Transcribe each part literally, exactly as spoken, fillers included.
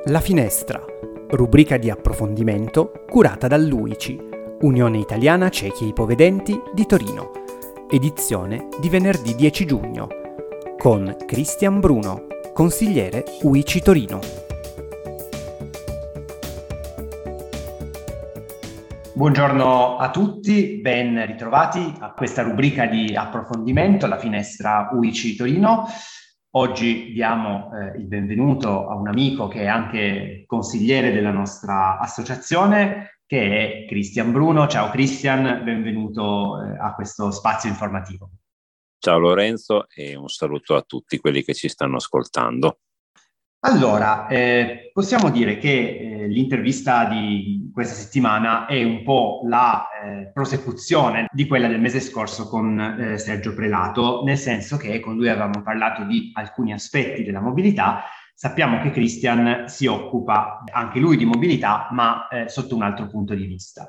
La Finestra, rubrica di approfondimento curata dall'U I C I, Unione Italiana Ciechi e Ipovedenti di Torino, edizione di venerdì dieci giugno, con Cristian Bruno, consigliere U I C I Torino. Buongiorno a tutti, ben ritrovati a questa rubrica di approfondimento, La Finestra U I C I Torino. Oggi diamo eh, il benvenuto a un amico che è anche consigliere della nostra associazione, che è Cristian Bruno. Ciao Cristian, benvenuto eh, a questo spazio informativo. Ciao Lorenzo e un saluto a tutti quelli che ci stanno ascoltando. Allora, eh, possiamo dire che eh, l'intervista di questa settimana è un po' la eh, prosecuzione di quella del mese scorso con eh, Sergio Prelato, nel senso che con lui avevamo parlato di alcuni aspetti della mobilità. Sappiamo che Cristian si occupa anche lui di mobilità, ma eh, sotto un altro punto di vista.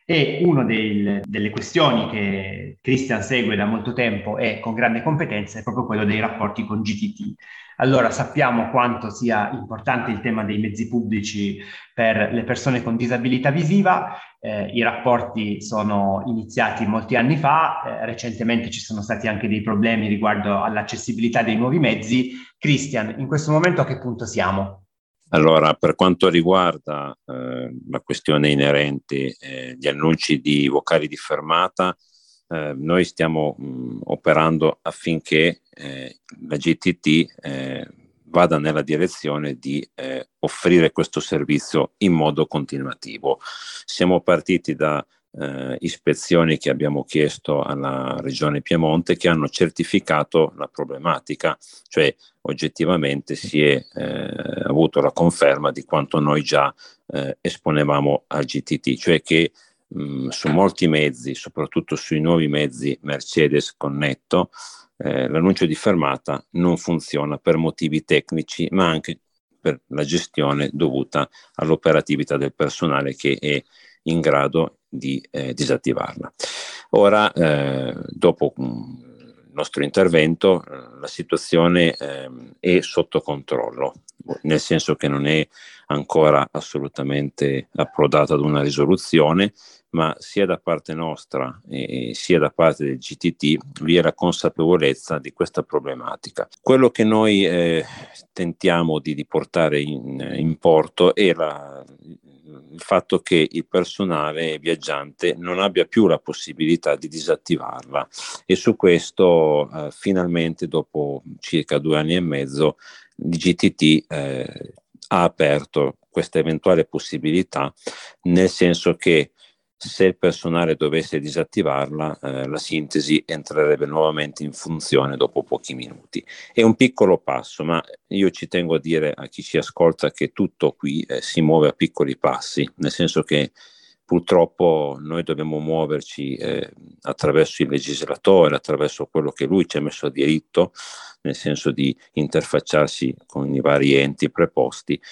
E una delle questioni che Cristian segue da molto tempo e con grande competenza è proprio quello dei rapporti con G T T. Allora, sappiamo quanto sia importante il tema dei mezzi pubblici per le persone con disabilità visiva. Eh, I rapporti sono iniziati molti anni fa, eh, recentemente ci sono stati anche dei problemi riguardo all'accessibilità dei nuovi mezzi. Cristian, in questo momento a che punto siamo? Allora, per quanto riguarda eh, la questione inerente eh, agli annunci di vocali di fermata, eh, noi stiamo mh, operando affinché eh, la G T T eh, vada nella direzione di eh, offrire questo servizio in modo continuativo. Siamo partiti da eh, ispezioni che abbiamo chiesto alla Regione Piemonte, che hanno certificato la problematica, cioè oggettivamente si è eh, avuto la conferma di quanto noi già eh, esponevamo al G T T, cioè che mh, su molti mezzi, soprattutto sui nuovi mezzi Mercedes Connetto, eh, l'annuncio di fermata non funziona per motivi tecnici, ma anche per la gestione dovuta all'operatività del personale che è in grado di eh, disattivarla. Ora, eh, dopo mh, il nostro intervento, eh, la situazione eh, è sotto controllo, nel senso che non è ancora assolutamente approdata ad una risoluzione, ma sia da parte nostra e sia da parte del G T T vi è la consapevolezza di questa problematica. Quello che noi eh, tentiamo di, di portare in, in porto è la, il fatto che il personale viaggiante non abbia più la possibilità di disattivarla, e su questo eh, finalmente dopo circa due anni e mezzo il G T T eh, ha aperto questa eventuale possibilità, nel senso che se il personale dovesse disattivarla, eh, la sintesi entrerebbe nuovamente in funzione dopo pochi minuti. È un piccolo passo, ma io ci tengo a dire a chi ci ascolta che tutto qui eh, si muove a piccoli passi, nel senso che purtroppo noi dobbiamo muoverci eh, attraverso il legislatore, attraverso quello che lui ci ha messo a diritto, nel senso di interfacciarsi con i vari enti preposti,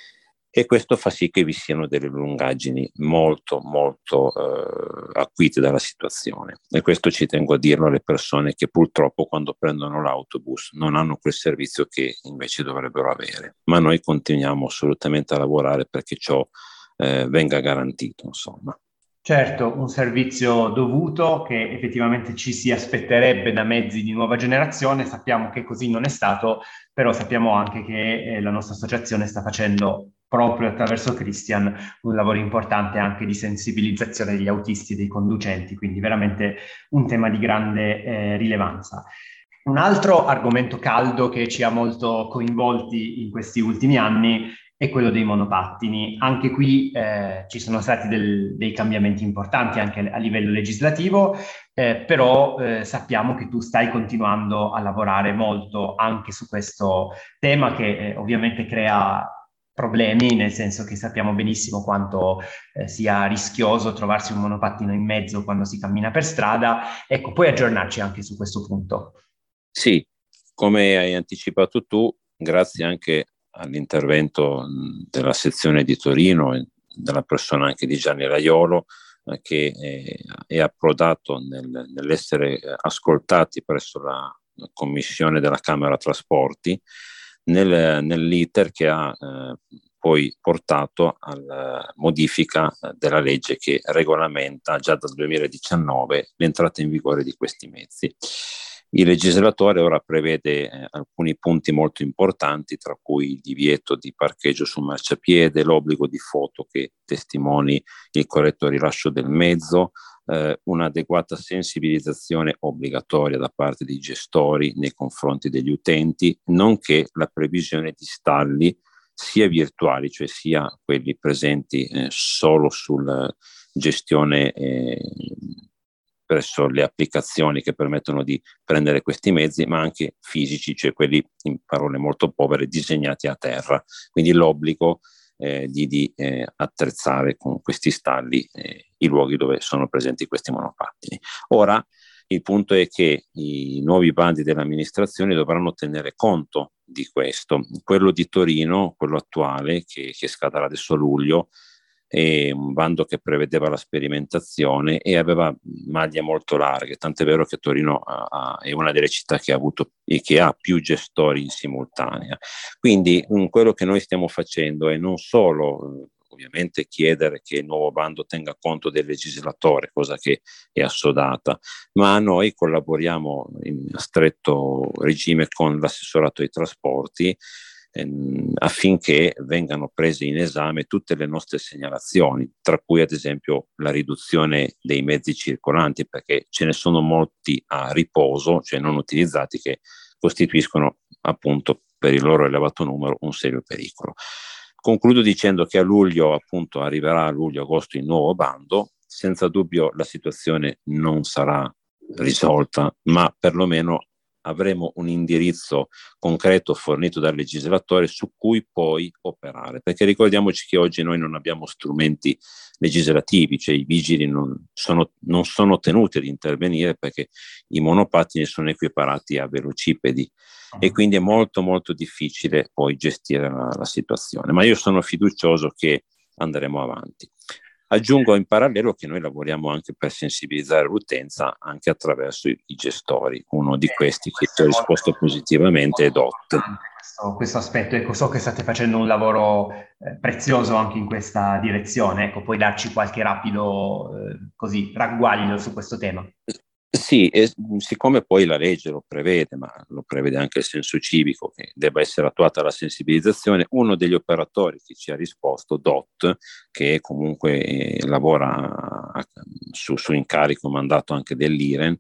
e questo fa sì che vi siano delle lungaggini molto molto eh, acuite dalla situazione, e questo ci tengo a dirlo alle persone che purtroppo quando prendono l'autobus non hanno quel servizio che invece dovrebbero avere, ma noi continuiamo assolutamente a lavorare perché ciò eh, venga garantito, insomma. Certo, un servizio dovuto che effettivamente ci si aspetterebbe da mezzi di nuova generazione. Sappiamo che così non è stato, però sappiamo anche che eh, la nostra associazione sta facendo proprio attraverso Cristian un lavoro importante anche di sensibilizzazione degli autisti e dei conducenti, quindi veramente un tema di grande eh, rilevanza. Un altro argomento caldo che ci ha molto coinvolti in questi ultimi anni è quello dei monopattini. Anche qui eh, ci sono stati del, dei cambiamenti importanti anche a livello legislativo, eh, però eh, sappiamo che tu stai continuando a lavorare molto anche su questo tema che eh, ovviamente crea problemi, nel senso che sappiamo benissimo quanto eh, sia rischioso trovarsi un monopattino in mezzo quando si cammina per strada. Ecco, puoi aggiornarci anche su questo punto? Sì, come hai anticipato tu, grazie anche all'intervento della sezione di Torino e della persona anche di Gianni Raiolo, eh, che è, è approdato nel, nell'essere ascoltati presso la, la commissione della Camera Trasporti, nel, nell'iter che ha eh, poi portato alla modifica della legge che regolamenta già dal duemiladiciannove l'entrata in vigore di questi mezzi. Il legislatore ora prevede eh, alcuni punti molto importanti, tra cui il divieto di parcheggio su marciapiede, l'obbligo di foto che testimoni il corretto rilascio del mezzo, eh, un'adeguata sensibilizzazione obbligatoria da parte dei gestori nei confronti degli utenti, nonché la previsione di stalli sia virtuali, cioè sia quelli presenti eh, solo sulla gestione eh, presso le applicazioni che permettono di prendere questi mezzi, ma anche fisici, cioè quelli, in parole molto povere, disegnati a terra. Quindi l'obbligo eh, di, di eh, attrezzare con questi stalli eh, i luoghi dove sono presenti questi monopattini. Ora, il punto è che i nuovi bandi dell'amministrazione dovranno tenere conto di questo. Quello di Torino, quello attuale, che, che scadrà adesso a luglio, è un bando che prevedeva la sperimentazione e aveva maglie molto larghe, tant'è vero che Torino ha, ha, è una delle città che ha avuto e che ha più gestori in simultanea. Quindi um, quello che noi stiamo facendo è non solo ovviamente chiedere che il nuovo bando tenga conto del legislatore, cosa che è assodata, ma noi collaboriamo in stretto regime con l'assessorato ai trasporti ehm, affinché vengano prese in esame tutte le nostre segnalazioni, tra cui ad esempio la riduzione dei mezzi circolanti, perché ce ne sono molti a riposo, cioè non utilizzati, che costituiscono appunto per il loro elevato numero un serio pericolo. Concludo dicendo che a luglio, appunto, arriverà a luglio-agosto il nuovo bando. Senza dubbio la situazione non sarà risolta, ma perlomeno avremo un indirizzo concreto fornito dal legislatore su cui poi operare, perché ricordiamoci che oggi noi non abbiamo strumenti legislativi, cioè i vigili non sono, non sono tenuti ad intervenire perché i monopattini sono equiparati a velocipedi e quindi è molto molto difficile poi gestire la, la situazione, ma io sono fiducioso che andremo avanti. Aggiungo in parallelo che noi lavoriamo anche per sensibilizzare l'utenza anche attraverso i, i gestori. Uno di questi che ci ha risposto positivamente è D O T. Questo, questo aspetto, ecco, so che state facendo un lavoro eh, prezioso anche in questa direzione. Ecco, puoi darci qualche rapido eh, così ragguaglio su questo tema? Sì, e siccome poi la legge lo prevede, ma lo prevede anche il senso civico, che debba essere attuata la sensibilizzazione, uno degli operatori che ci ha risposto, D O T, che comunque eh, lavora a, su, su incarico mandato anche dell'I R E N,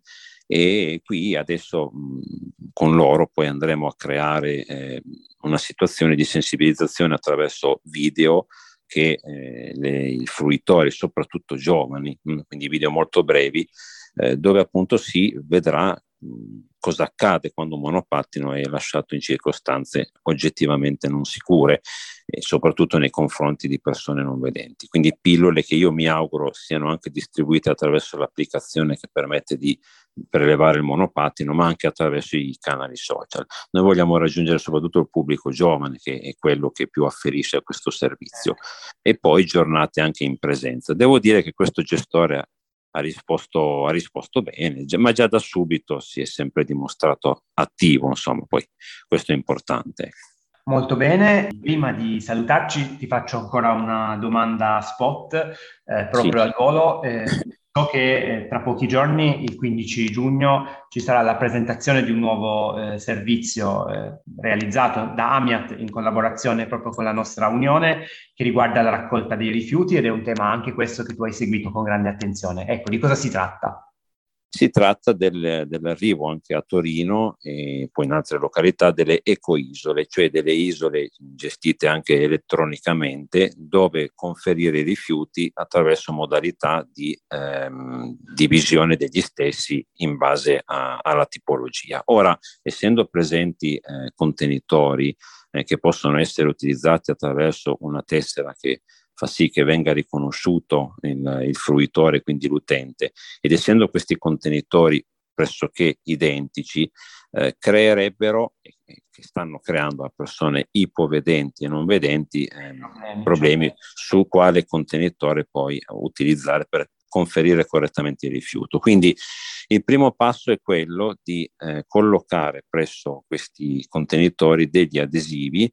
e qui adesso mh, con loro poi andremo a creare eh, una situazione di sensibilizzazione attraverso video che eh, le, i fruitori, soprattutto giovani, mh, quindi video molto brevi, Eh, dove appunto si vedrà mh, cosa accade quando un monopattino è lasciato in circostanze oggettivamente non sicure e soprattutto nei confronti di persone non vedenti. Quindi pillole che io mi auguro siano anche distribuite attraverso l'applicazione che permette di prelevare il monopattino, ma anche attraverso i canali social. Noi vogliamo raggiungere soprattutto il pubblico giovane, che è quello che più afferisce a questo servizio, e poi giornate anche in presenza. Devo dire che questo gestore ha risposto, ha risposto bene, ma già da subito si è sempre dimostrato attivo, insomma, poi questo è importante. Molto bene, prima di salutarci ti faccio ancora una domanda spot, eh, proprio sì. al volo. Eh, so che eh, tra pochi giorni, il quindici giugno, ci sarà la presentazione di un nuovo eh, servizio eh, realizzato da Amiat in collaborazione proprio con la nostra unione, che riguarda la raccolta dei rifiuti, ed è un tema anche questo che tu hai seguito con grande attenzione. Ecco, di cosa si tratta? Si tratta del, dell'arrivo anche a Torino e poi in altre località delle ecoisole, cioè delle isole gestite anche elettronicamente, dove conferire i rifiuti attraverso modalità di ehm, divisione degli stessi in base a, alla tipologia. Ora, essendo presenti eh, contenitori eh, che possono essere utilizzati attraverso una tessera che fa sì che venga riconosciuto il, il fruitore, quindi l'utente, ed essendo questi contenitori pressoché identici, eh, creerebbero, e che stanno creando a persone ipovedenti e non vedenti, eh, problemi su quale contenitore poi utilizzare per conferire correttamente il rifiuto. Quindi il primo passo è quello di eh, collocare presso questi contenitori degli adesivi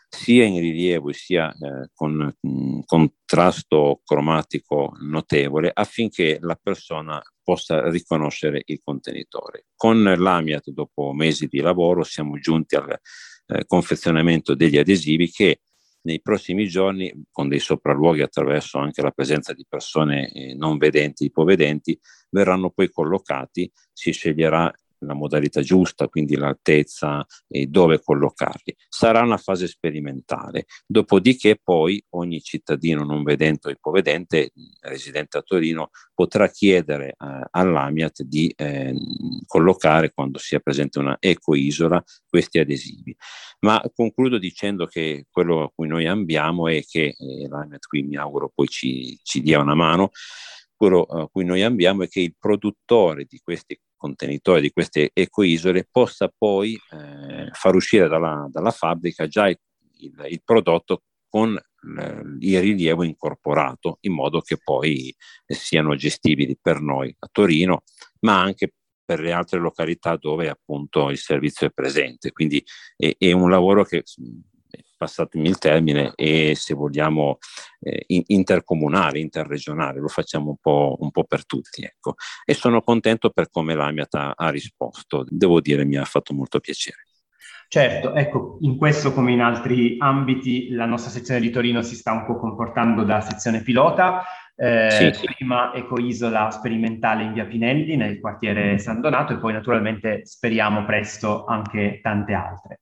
sia in rilievo sia eh, con un contrasto cromatico notevole, affinché la persona possa riconoscere il contenitore. Con l'Amiat, dopo mesi di lavoro, siamo giunti al eh, confezionamento degli adesivi che nei prossimi giorni, con dei sopralluoghi attraverso anche la presenza di persone eh, non vedenti, ipovedenti, verranno poi collocati. Si sceglierà la modalità giusta, quindi l'altezza e dove collocarli. Sarà una fase sperimentale, dopodiché poi ogni cittadino non vedente o ipovedente residente a Torino potrà chiedere eh, all'Amiat di eh, collocare, quando sia presente una ecoisola, questi adesivi. Ma concludo dicendo che quello a cui noi ambiamo è che, eh, l'Amiat qui mi auguro poi ci, ci dia una mano, quello a cui noi ambiamo è che il produttore di questi contenitori, di queste ecoisole, possa poi eh, far uscire dalla, dalla fabbrica già il, il, il prodotto con eh, il rilievo incorporato, in modo che poi eh, siano gestibili per noi a Torino, ma anche per le altre località dove appunto il servizio è presente. Quindi è, è un lavoro che, passatemi il termine, e se vogliamo eh, intercomunale, interregionale, lo facciamo un po', un po' per tutti, ecco. E sono contento per come l'Amiat ha, ha risposto, devo dire mi ha fatto molto piacere. Certo, ecco, in questo come in altri ambiti la nostra sezione di Torino si sta un po' comportando da sezione pilota. Eh, sì, sì. Prima ecoisola sperimentale in via Pinelli nel quartiere San Donato, e poi naturalmente speriamo presto anche tante altre.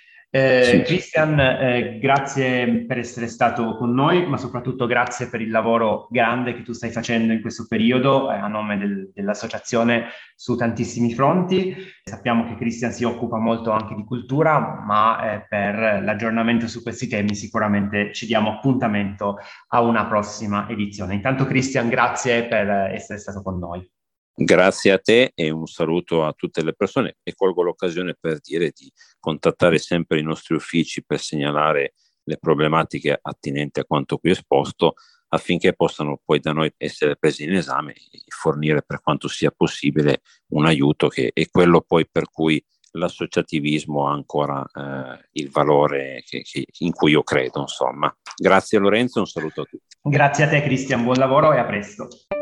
Eh, Sì. Christian, eh, grazie per essere stato con noi, ma soprattutto grazie per il lavoro grande che tu stai facendo in questo periodo eh, a nome del, dell'associazione su tantissimi fronti. Sappiamo che Christian si occupa molto anche di cultura, ma eh, per l'aggiornamento su questi temi sicuramente ci diamo appuntamento a una prossima edizione. Intanto Christian, grazie per essere stato con noi. Grazie a te e un saluto a tutte le persone, e colgo l'occasione per dire di contattare sempre i nostri uffici per segnalare le problematiche attinenti a quanto qui esposto, affinché possano poi da noi essere presi in esame e fornire per quanto sia possibile un aiuto, che è quello poi per cui l'associativismo ha ancora eh, il valore che, che, in cui io credo, insomma. Grazie Lorenzo, un saluto a tutti. Grazie a te Christian, buon lavoro e a presto.